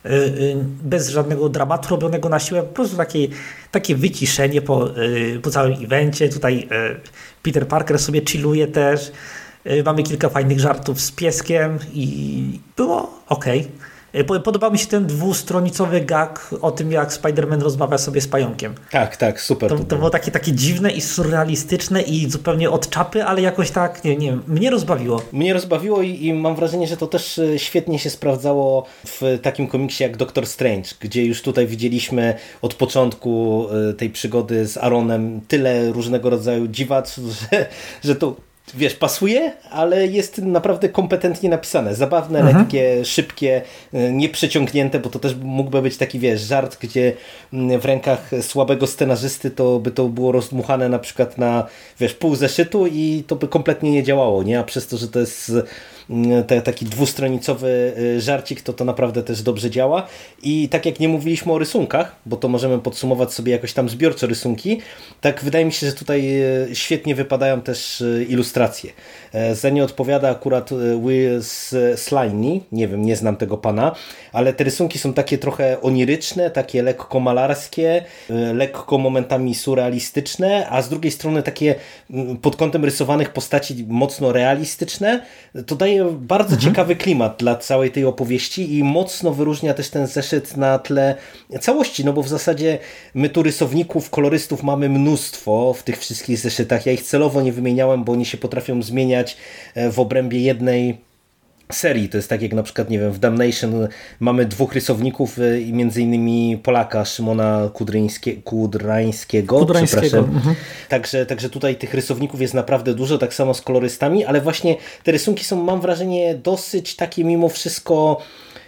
Bez żadnego dramatu robionego na siłę, po prostu takie, takie wyciszenie po, po całym evencie. Tutaj Peter Parker sobie chilluje też. Mamy kilka fajnych żartów z pieskiem i było okej. Podobał mi się ten dwustronicowy gag o tym, jak Spider-Man rozmawia sobie z pająkiem. Tak, tak, super. To, to było takie, takie dziwne i surrealistyczne i zupełnie od czapy, ale jakoś tak, nie, nie wiem, mnie rozbawiło. Mnie rozbawiło i, i mam wrażenie, że to też świetnie się sprawdzało w takim komiksie jak Doctor Strange, gdzie już tutaj widzieliśmy od początku tej przygody z Aaronem tyle różnego rodzaju dziwactw, że, że to wiesz, pasuje, ale jest naprawdę kompetentnie napisane. Zabawne, mhm. lekkie, szybkie, nieprzeciągnięte, bo to też mógłby być taki, wiesz, żart, gdzie w rękach słabego scenarzysty to by to było rozdmuchane na przykład na, wiesz, pół zeszytu i to by kompletnie nie działało, nie? A przez to, że to jest te, taki dwustronicowy żarcik, to to naprawdę też dobrze działa. I tak jak nie mówiliśmy o rysunkach, bo to możemy podsumować sobie jakoś tam zbiorczo rysunki, tak wydaje mi się, że tutaj świetnie wypadają też ilustracje. Za nie odpowiada akurat Will Slaney, nie wiem, nie znam tego pana, ale te rysunki są takie trochę oniryczne, takie lekko malarskie, lekko momentami surrealistyczne, a z drugiej strony takie pod kątem rysowanych postaci mocno realistyczne. To daje bardzo mhm. ciekawy klimat dla całej tej opowieści i mocno wyróżnia też ten zeszyt na tle całości, no bo w zasadzie my tu rysowników, kolorystów mamy mnóstwo w tych wszystkich zeszytach. Ja ich celowo nie wymieniałem, bo oni się potrafią zmieniać w obrębie jednej serii. To jest tak jak na przykład, nie wiem, w Damnation mamy dwóch rysowników i między innymi Polaka, Szymona Kudryńskie, Kudrańskiego. Kudrańskiego. Mhm. Także, także tutaj tych rysowników jest naprawdę dużo, tak samo z kolorystami, ale właśnie te rysunki są, mam wrażenie, dosyć takie mimo wszystko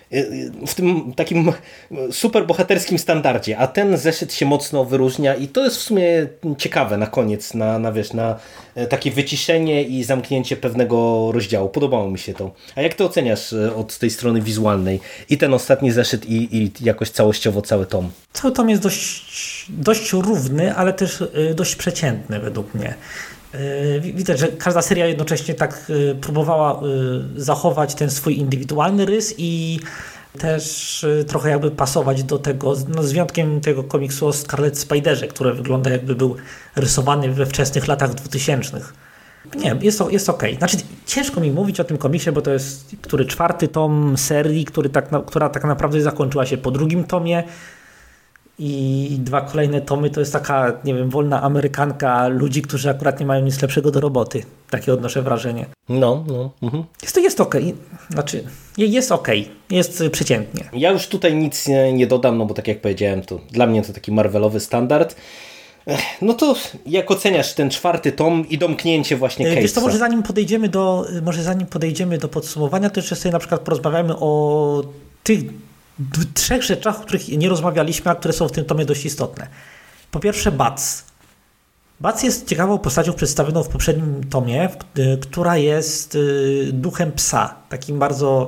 w tym takim super bohaterskim standardzie, a ten zeszyt się mocno wyróżnia i to jest w sumie ciekawe na koniec, na, na, wiesz, na takie wyciszenie i zamknięcie pewnego rozdziału. Podobało mi się to. A jak ty oceniasz od tej strony wizualnej i ten ostatni zeszyt i, i jakoś całościowo cały tom? Cały tom jest dość, dość równy, ale też dość przeciętny według mnie. Widać, że każda seria jednocześnie tak próbowała zachować ten swój indywidualny rys i też trochę jakby pasować do tego, no z wyjątkiem tego komiksu o Scarlet Spiderze, który wygląda jakby był rysowany we wczesnych latach dwutysięcznych. Nie, jest, jest okej. Okay. Znaczy, ciężko mi mówić o tym komiksie, bo to jest który czwarty tom serii, który tak na, która tak naprawdę zakończyła się po drugim tomie i dwa kolejne tomy to jest taka, nie wiem, wolna amerykanka ludzi, którzy akurat nie mają nic lepszego do roboty. Takie odnoszę wrażenie. No, no. Mhm. Jest to jest okej. Okay. Znaczy, jest okej. Okay. Jest przeciętnie. Ja już tutaj nic nie, nie dodam, no bo tak jak powiedziałem, to dla mnie to taki Marvelowy standard. No to jak oceniasz ten czwarty tom i domknięcie właśnie Cage'a? Wiesz to może zanim podejdziemy do może zanim podejdziemy do podsumowania, to jeszcze sobie na przykład porozmawiamy o tych trzech rzeczach, o których nie rozmawialiśmy, a które są w tym tomie dość istotne. Po pierwsze Bats. Bats jest ciekawą postacią przedstawioną w poprzednim tomie, która jest duchem psa. Takim bardzo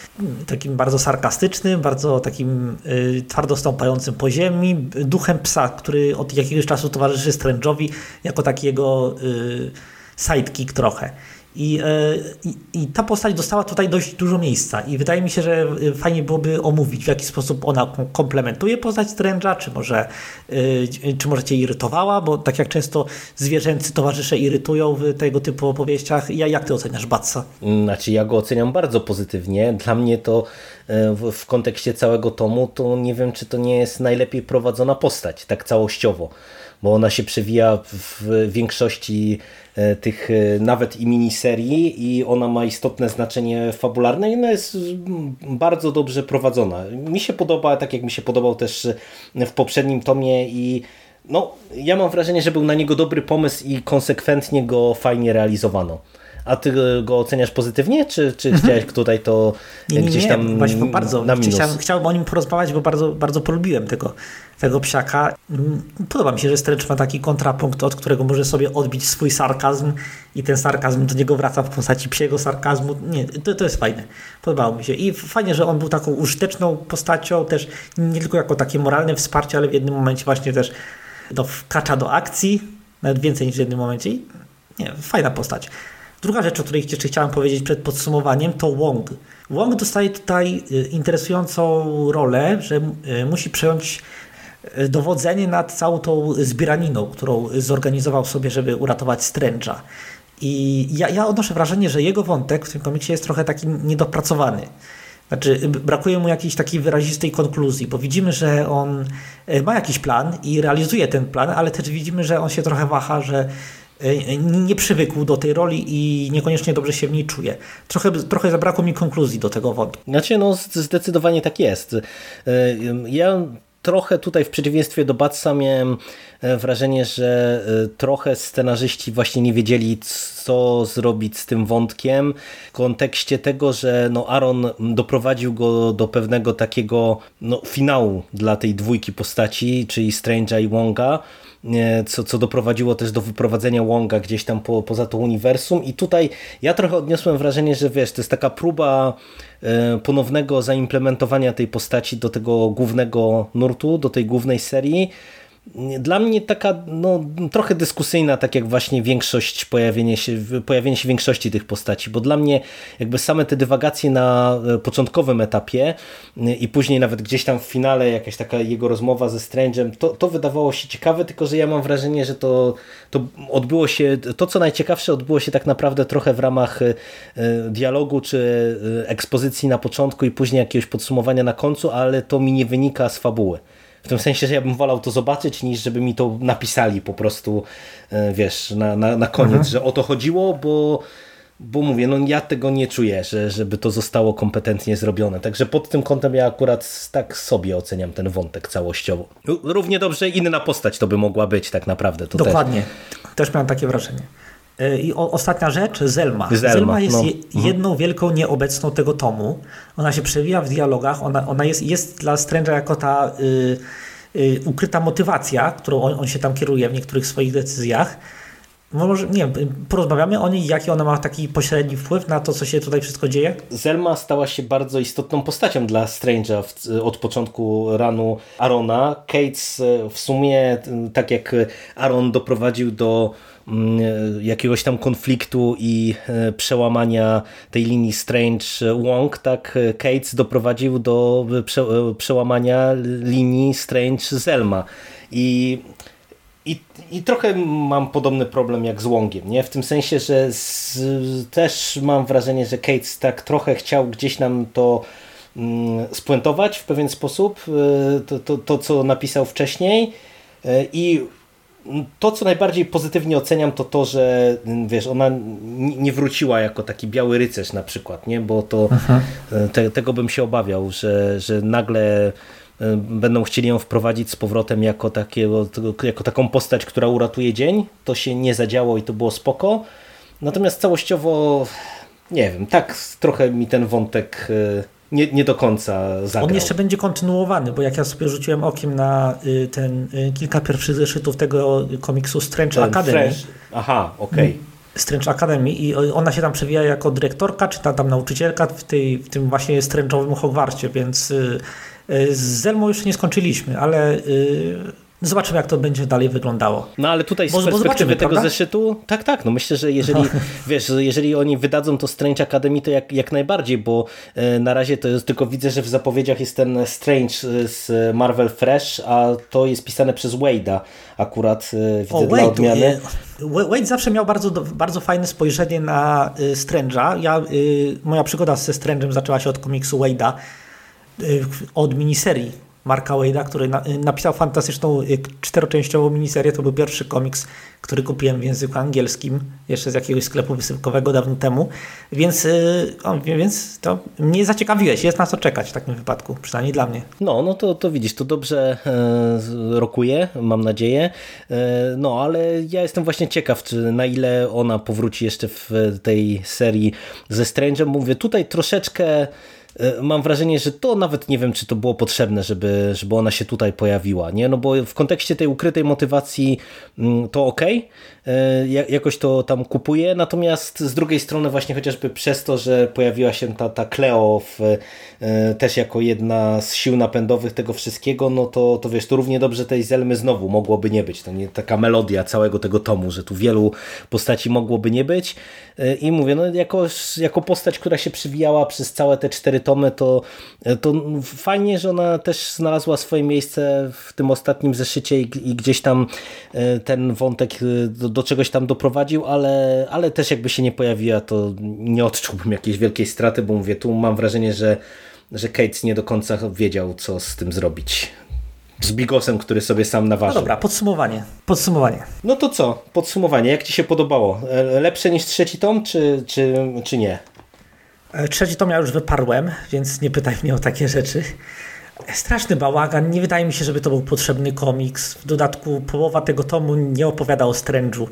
takim bardzo sarkastycznym, bardzo takim y, twardo stąpającym po ziemi, duchem psa, który od jakiegoś czasu towarzyszy Strange'owi jako taki jego y, sidekick trochę. I, y, i ta postać dostała tutaj dość dużo miejsca i wydaje mi się, że fajnie byłoby omówić, w jaki sposób ona komplementuje postać Strange'a, czy może, y, czy może cię irytowała, bo tak jak często zwierzęcy towarzysze irytują w tego typu opowieściach. Ja, jak ty oceniasz Batsa? Znaczy ja go oceniam bardzo pozytywnie. Dla mnie to w, w kontekście całego tomu to nie wiem, czy to nie jest najlepiej prowadzona postać, tak całościowo, bo ona się przewija w większości tych nawet i miniserii i ona ma istotne znaczenie fabularne i ona jest bardzo dobrze prowadzona. Mi się podoba, tak jak mi się podobał też w poprzednim tomie i no, ja mam wrażenie, że był na niego dobry pomysł i konsekwentnie go fajnie realizowano. A ty go oceniasz pozytywnie, czy, czy chciałeś tutaj to nie, nie, gdzieś tam nie, właśnie bardzo, na minus? Chciałem, chciałbym o nim porozmawiać, bo bardzo, bardzo polubiłem tego, tego psiaka. Podoba mi się, że Strange ma taki kontrapunkt, od którego może sobie odbić swój sarkazm i ten sarkazm do niego wraca w postaci psiego sarkazmu. Nie, to, to jest fajne. Podobało mi się. I fajnie, że on był taką użyteczną postacią, też nie tylko jako takie moralne wsparcie, ale w jednym momencie właśnie też no, wkracza do akcji, nawet więcej niż w jednym momencie. I nie, fajna postać. Druga rzecz, o której jeszcze chciałem powiedzieć przed podsumowaniem, to Wong. Wong dostaje tutaj interesującą rolę, że musi przejąć dowodzenie nad całą tą zbieraniną, którą zorganizował sobie, żeby uratować Strange'a. I ja, ja odnoszę wrażenie, że jego wątek w tym komiksie jest trochę taki niedopracowany. Znaczy, brakuje mu jakiejś takiej wyrazistej konkluzji, bo widzimy, że on ma jakiś plan i realizuje ten plan, ale też widzimy, że on się trochę waha, że nie przywykł do tej roli i niekoniecznie dobrze się w niej czuje. Trochę, trochę zabrakło mi konkluzji do tego wątku. Znaczy, no zdecydowanie tak jest. Ja trochę tutaj w przeciwieństwie do Batsa miałem wrażenie, że trochę scenarzyści właśnie nie wiedzieli, co zrobić z tym wątkiem w kontekście tego, że no Aaron doprowadził go do pewnego takiego no, finału dla tej dwójki postaci, czyli Strange'a i Wonga, co, co doprowadziło też do wyprowadzenia Wonga gdzieś tam po, poza to uniwersum i tutaj ja trochę odniosłem wrażenie, że wiesz, to jest taka próba ponownego zaimplementowania tej postaci do tego głównego nurtu, do tej głównej serii. Dla mnie taka no, trochę dyskusyjna, tak jak właśnie większość, pojawienie się, pojawienie się większości tych postaci, bo dla mnie jakby same te dywagacje na początkowym etapie i później nawet gdzieś tam w finale jakaś taka jego rozmowa ze Strange'em, to, to wydawało się ciekawe, tylko że ja mam wrażenie, że to, to odbyło się, to co najciekawsze odbyło się tak naprawdę trochę w ramach dialogu czy ekspozycji na początku i później jakiegoś podsumowania na końcu, ale to mi nie wynika z fabuły. W tym sensie, że ja bym wolał to zobaczyć, niż żeby mi to napisali po prostu, wiesz, na, na, na koniec, mhm. że o to chodziło, bo, bo mówię, no ja tego nie czuję, że, żeby to zostało kompetentnie zrobione. Także pod tym kątem ja akurat tak sobie oceniam ten wątek całościowo. Równie dobrze inna postać to by mogła być tak naprawdę. To Dokładnie. Też, też miałem takie wrażenie. I o, ostatnia rzecz, Zelma. Zelma, Zelma jest no. je, jedną wielką nieobecną tego tomu. Ona się przewija w dialogach, ona, ona jest, jest dla Strange'a jako ta y, y, ukryta motywacja, którą on, on się tam kieruje w niektórych swoich decyzjach. Może, nie wiem, porozmawiamy o niej, jaki ona ma taki pośredni wpływ na to, co się tutaj wszystko dzieje? Zelma stała się bardzo istotną postacią dla Strange'a od początku ranu Arona. Cates w sumie, tak jak Aaron doprowadził do jakiegoś tam konfliktu i przełamania tej linii Strange-Wong, tak Cates doprowadził do prze, przełamania linii Strange-Zelma. I I, I trochę mam podobny problem jak z Łągiem, nie? W tym sensie, że z, też mam wrażenie, że Cates tak trochę chciał gdzieś nam to mm, spuentować w pewien sposób, to, to, to co napisał wcześniej. I to, co najbardziej pozytywnie oceniam, to to, że wiesz, ona nie wróciła jako taki biały rycerz na przykład, nie? Bo to te, tego bym się obawiał, że, że nagle będą chcieli ją wprowadzić z powrotem jako, takiego, jako taką postać, która uratuje dzień. To się nie zadziało i to było spoko. Natomiast całościowo, nie wiem, tak trochę mi ten wątek nie, nie do końca zagrał. On jeszcze będzie kontynuowany, bo jak ja sobie rzuciłem okiem na ten kilka pierwszych zeszytów tego komiksu Strange ten Academy. Fresh. Aha, okej. Okay. Strange Academy i ona się tam przewija jako dyrektorka, czy ta tam nauczycielka w, tej, w tym właśnie Strange'owym Hogwarcie, więc z Zelmą jeszcze nie skończyliśmy, ale zobaczymy, jak to będzie dalej wyglądało. No ale tutaj z bo, perspektywy bo tego prawda? zeszytu, tak, tak, no myślę, że jeżeli wiesz, jeżeli oni wydadzą to Strange Academy, to jak, jak najbardziej, bo na razie to jest, tylko widzę, że w zapowiedziach jest ten Strange z Marvel Fresh, a to jest pisane przez Wade'a akurat, widzę o, dla Wade, odmiany. Wade zawsze miał bardzo, bardzo fajne spojrzenie na Strange'a. Ja, moja przygoda ze Strange'em zaczęła się od komiksu Wade'a, od miniserii Marka Wade'a, który na, napisał fantastyczną czteroczęściową miniserię. To był pierwszy komiks, który kupiłem w języku angielskim, jeszcze z jakiegoś sklepu wysyłkowego dawno temu, więc, o, więc to mnie zaciekawiłeś, jest na co czekać w takim wypadku, przynajmniej dla mnie. No, no to, to widzisz, to dobrze e, rokuje, mam nadzieję, e, no ale ja jestem właśnie ciekaw, czy na ile ona powróci jeszcze w tej serii ze Strange'em. Mówię, tutaj troszeczkę mam wrażenie, że to nawet nie wiem, czy to było potrzebne, żeby, żeby ona się tutaj pojawiła, nie? No bo w kontekście tej ukrytej motywacji to okej, jakoś to tam kupuję, natomiast z drugiej strony właśnie chociażby przez to, że pojawiła się ta, ta Cleo w, też jako jedna z sił napędowych tego wszystkiego, no to, to wiesz, to równie dobrze tej Zelmy znowu mogłoby nie być, to nie taka melodia całego tego tomu, że tu wielu postaci mogłoby nie być i mówię, no jako, jako postać, która się przywijała przez całe te cztery tomy, to, to fajnie, że ona też znalazła swoje miejsce w tym ostatnim zeszycie i, i gdzieś tam ten wątek do, do czegoś tam doprowadził, ale, ale też jakby się nie pojawiła, to nie odczułbym jakiejś wielkiej straty, bo mówię, tu mam wrażenie, że, że Cates nie do końca wiedział, co z tym zrobić. Z bigosem, który sobie sam naważył. No dobra, podsumowanie. Podsumowanie. No to co? Podsumowanie. Jak ci się podobało? Lepsze niż trzeci tom, czy, czy, czy nie? Trzeci tom ja już wyparłem, więc nie pytaj mnie o takie rzeczy. Straszny bałagan. Nie wydaje mi się, żeby to był potrzebny komiks. W dodatku połowa tego tomu nie opowiada o Strange'u.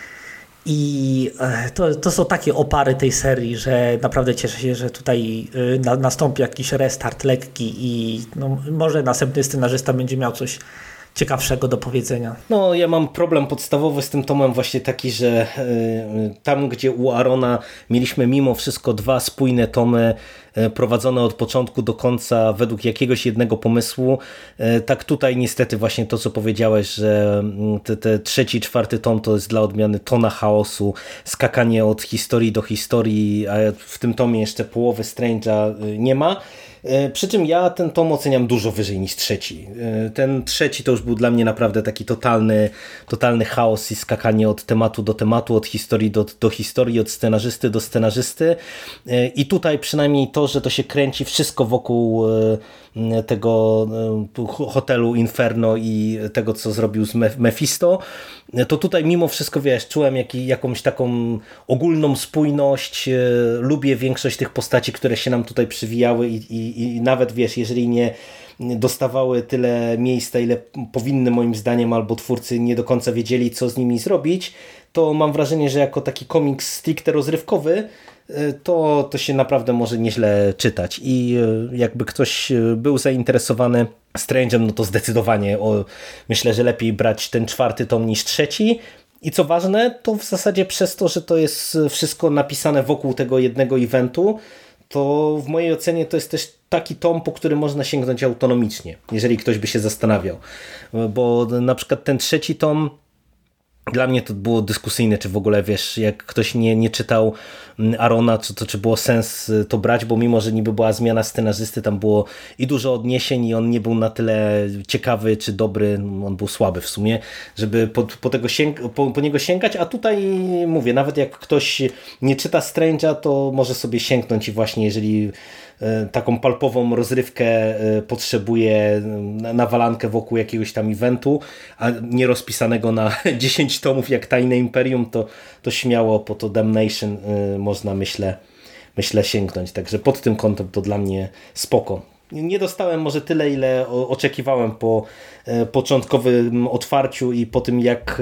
I to, to są takie opary tej serii, że naprawdę cieszę się, że tutaj na, nastąpi jakiś restart lekki i no, może następny scenarzysta będzie miał coś ciekawszego do powiedzenia. No, ja mam problem podstawowy z tym tomem właśnie taki, że y, tam, gdzie u Arona mieliśmy mimo wszystko dwa spójne tomy y, prowadzone od początku do końca według jakiegoś jednego pomysłu, y, tak tutaj niestety właśnie to, co powiedziałeś, że te, te trzeci, czwarty tom to jest dla odmiany tona chaosu, skakanie od historii do historii, a w tym tomie jeszcze połowy Strange'a y, nie ma. Przy czym ja ten tom oceniam dużo wyżej niż trzeci. Ten trzeci to już był dla mnie naprawdę taki totalny, totalny chaos i skakanie od tematu do tematu, od historii do, do historii, od scenarzysty do scenarzysty. I tutaj przynajmniej to, że to się kręci wszystko wokół tego hotelu Inferno i tego, co zrobił z Mephisto, to tutaj mimo wszystko, wiesz, czułem jak, jakąś taką ogólną spójność. Lubię większość tych postaci, które się nam tutaj przywijały i, i, i nawet, wiesz, jeżeli nie dostawały tyle miejsca, ile powinny moim zdaniem, albo twórcy nie do końca wiedzieli, co z nimi zrobić, to mam wrażenie, że jako taki komiks stricte rozrywkowy to, to się naprawdę może nieźle czytać i jakby ktoś był zainteresowany Strange'em, no to zdecydowanie o, myślę, że lepiej brać ten czwarty tom niż trzeci. I co ważne, to w zasadzie przez to, że to jest wszystko napisane wokół tego jednego eventu, to w mojej ocenie to jest też taki tom, po który można sięgnąć autonomicznie, jeżeli ktoś by się zastanawiał. Bo na przykład ten trzeci tom Dla mnie to było dyskusyjne, czy w ogóle, wiesz, jak ktoś nie, nie czytał Arona, to, to czy było sens to brać, bo mimo, że niby była zmiana scenarzysty, tam było i dużo odniesień i on nie był na tyle ciekawy czy dobry, on był słaby w sumie, żeby po, po, tego sięg po, po niego sięgać, a tutaj mówię, nawet jak ktoś nie czyta Strange'a, to może sobie sięgnąć i właśnie jeżeli taką palpową rozrywkę potrzebuje na walankę wokół jakiegoś tam eventu, a nie rozpisanego na dziesięć tomów jak Tajne Imperium, to, to śmiało po to Damnation można, myślę, myślę sięgnąć. Także pod tym kątem to dla mnie spoko. Nie dostałem może tyle, ile oczekiwałem po początkowym otwarciu i po tym, jak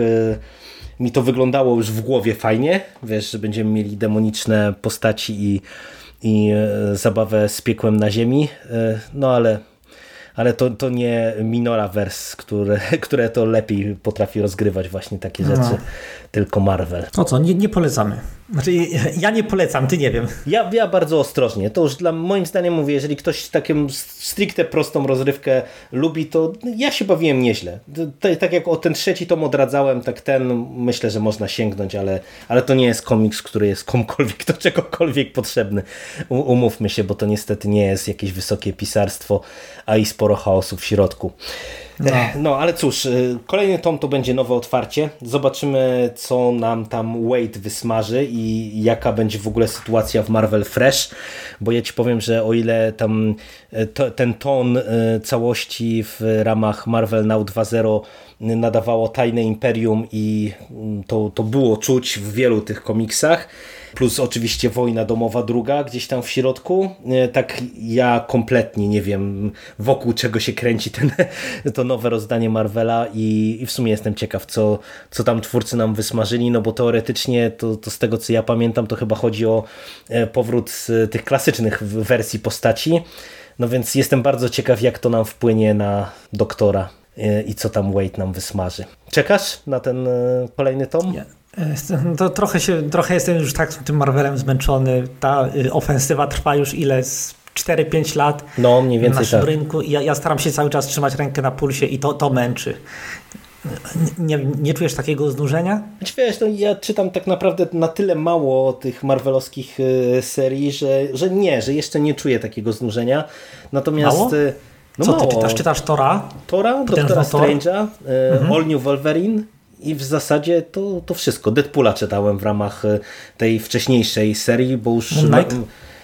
mi to wyglądało już w głowie fajnie. Wiesz, że będziemy mieli demoniczne postaci i i zabawę z piekłem na ziemi, no ale, ale to, to nie Minoraverse, które, które to lepiej potrafi rozgrywać właśnie takie rzeczy, no. Tylko Marvel. No co, nie, nie polecamy. Znaczy, ja nie polecam, ty nie wiem. Ja, ja bardzo ostrożnie. To już dla moim zdaniem mówię, jeżeli ktoś taką stricte prostą rozrywkę lubi, to ja się bawiłem nieźle. To, tak jak o ten trzeci tom odradzałem, tak ten myślę, że można sięgnąć, ale, ale to nie jest komiks, który jest komukolwiek do czegokolwiek potrzebny. U, umówmy się, bo to niestety nie jest jakieś wysokie pisarstwo, a i sporo chaosu w środku. No. no, ale cóż, kolejny tom to będzie nowe otwarcie. Zobaczymy, co nam tam Wade wysmaży i jaka będzie w ogóle sytuacja w Marvel Fresh, bo ja ci powiem, że o ile tam to, ten ton całości w ramach Marvel Now dwa zero nadawało Tajne Imperium i to, to było czuć w wielu tych komiksach, plus oczywiście Wojna domowa druga gdzieś tam w środku, tak ja kompletnie nie wiem, wokół czego się kręci ten, to nowe rozdanie Marvela i, i w sumie jestem ciekaw, co, co tam twórcy nam wysmażyli, no bo teoretycznie to, to z tego co ja pamiętam, to chyba chodzi o powrót z tych klasycznych wersji postaci, no więc jestem bardzo ciekaw, jak to nam wpłynie na Doktora i co tam Wade nam wysmaży. Czekasz na ten kolejny tom? Nie. To trochę, się, trochę jestem już tak tym Marvelem zmęczony. Ta ofensywa trwa już ile? cztery pięć lat no, mniej więcej na naszym tak. rynku i ja, ja staram się cały czas trzymać rękę na pulsie i to, to męczy. Nie, nie czujesz takiego znużenia? Wiesz, no ja czytam tak naprawdę na tyle mało tych marvelowskich serii, że, że nie, że jeszcze nie czuję takiego znużenia. Natomiast... Mało? No Co mało. ty czytasz? Czytasz Tora? Tora, Doktora Strange'a, mhm. All New Wolverine i w zasadzie to, to wszystko. Deadpoola czytałem w ramach tej wcześniejszej serii, bo już... Moon Knight?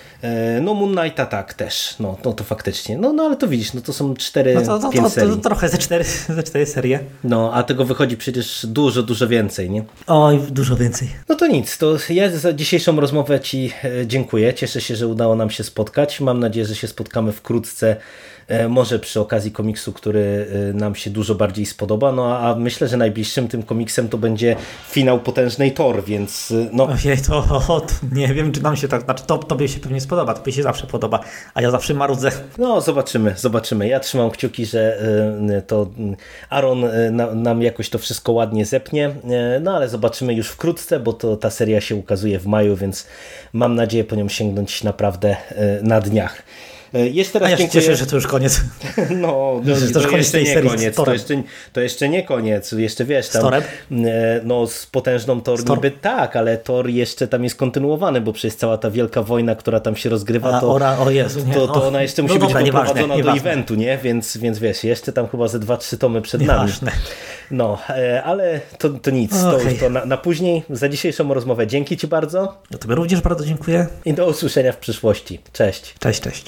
No Moon Knighta tak też, no, no to faktycznie. No, no ale to widzisz, no to są cztery, no to, to, pięć to, serii. To, to trochę ze cztery, ze cztery serie. No, a tego wychodzi przecież dużo, dużo więcej, nie? Oj, dużo więcej. No to nic, to ja za dzisiejszą rozmowę Ci dziękuję. Cieszę się, że udało nam się spotkać. Mam nadzieję, że się spotkamy wkrótce, może przy okazji komiksu, który nam się dużo bardziej spodoba, no a myślę, że najbliższym tym komiksem to będzie finał Potężnej Thor, więc no... Ojej, to, to nie wiem, czy nam się tak, znaczy to tobie się pewnie spodoba, tobie się zawsze podoba, a ja zawsze marudzę. No zobaczymy, zobaczymy. Ja trzymam kciuki, że to Aaron nam jakoś to wszystko ładnie zepnie, no ale zobaczymy już wkrótce, bo to ta seria się ukazuje w maju, więc mam nadzieję po nią sięgnąć naprawdę na dniach. Jeszcze raz A ja się dziękuję. cieszę, że to już koniec. No, no to, to, to jeszcze nie serii koniec. To jeszcze, to jeszcze nie koniec. Jeszcze wiesz, tam Storem? no z potężną Thor Stor? niby tak, ale Thor jeszcze tam jest kontynuowany, bo przecież cała ta wielka wojna, która tam się rozgrywa, A, to, ora, o Jezu, nie. to, to ona jeszcze musi no być dobra, doprowadzona nieważne, do nieważne. eventu, nie? Więc, więc wiesz, jeszcze tam chyba ze dwa, trzy tomy przed Nieważne. nami. No, ale to, to nic. To, Okay. to na, na później. Za dzisiejszą rozmowę dzięki Ci bardzo. Ja tobie również bardzo dziękuję. I do usłyszenia w przyszłości. Cześć. Cześć, cześć.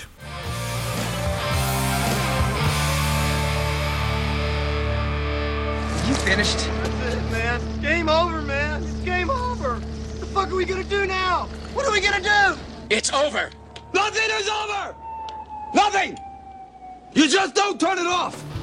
You finished? That's it, man. Game over, man. It's game over. What the fuck are we gonna do now? What are we gonna do? It's over. Nothing is over! Nothing! You just don't turn it off!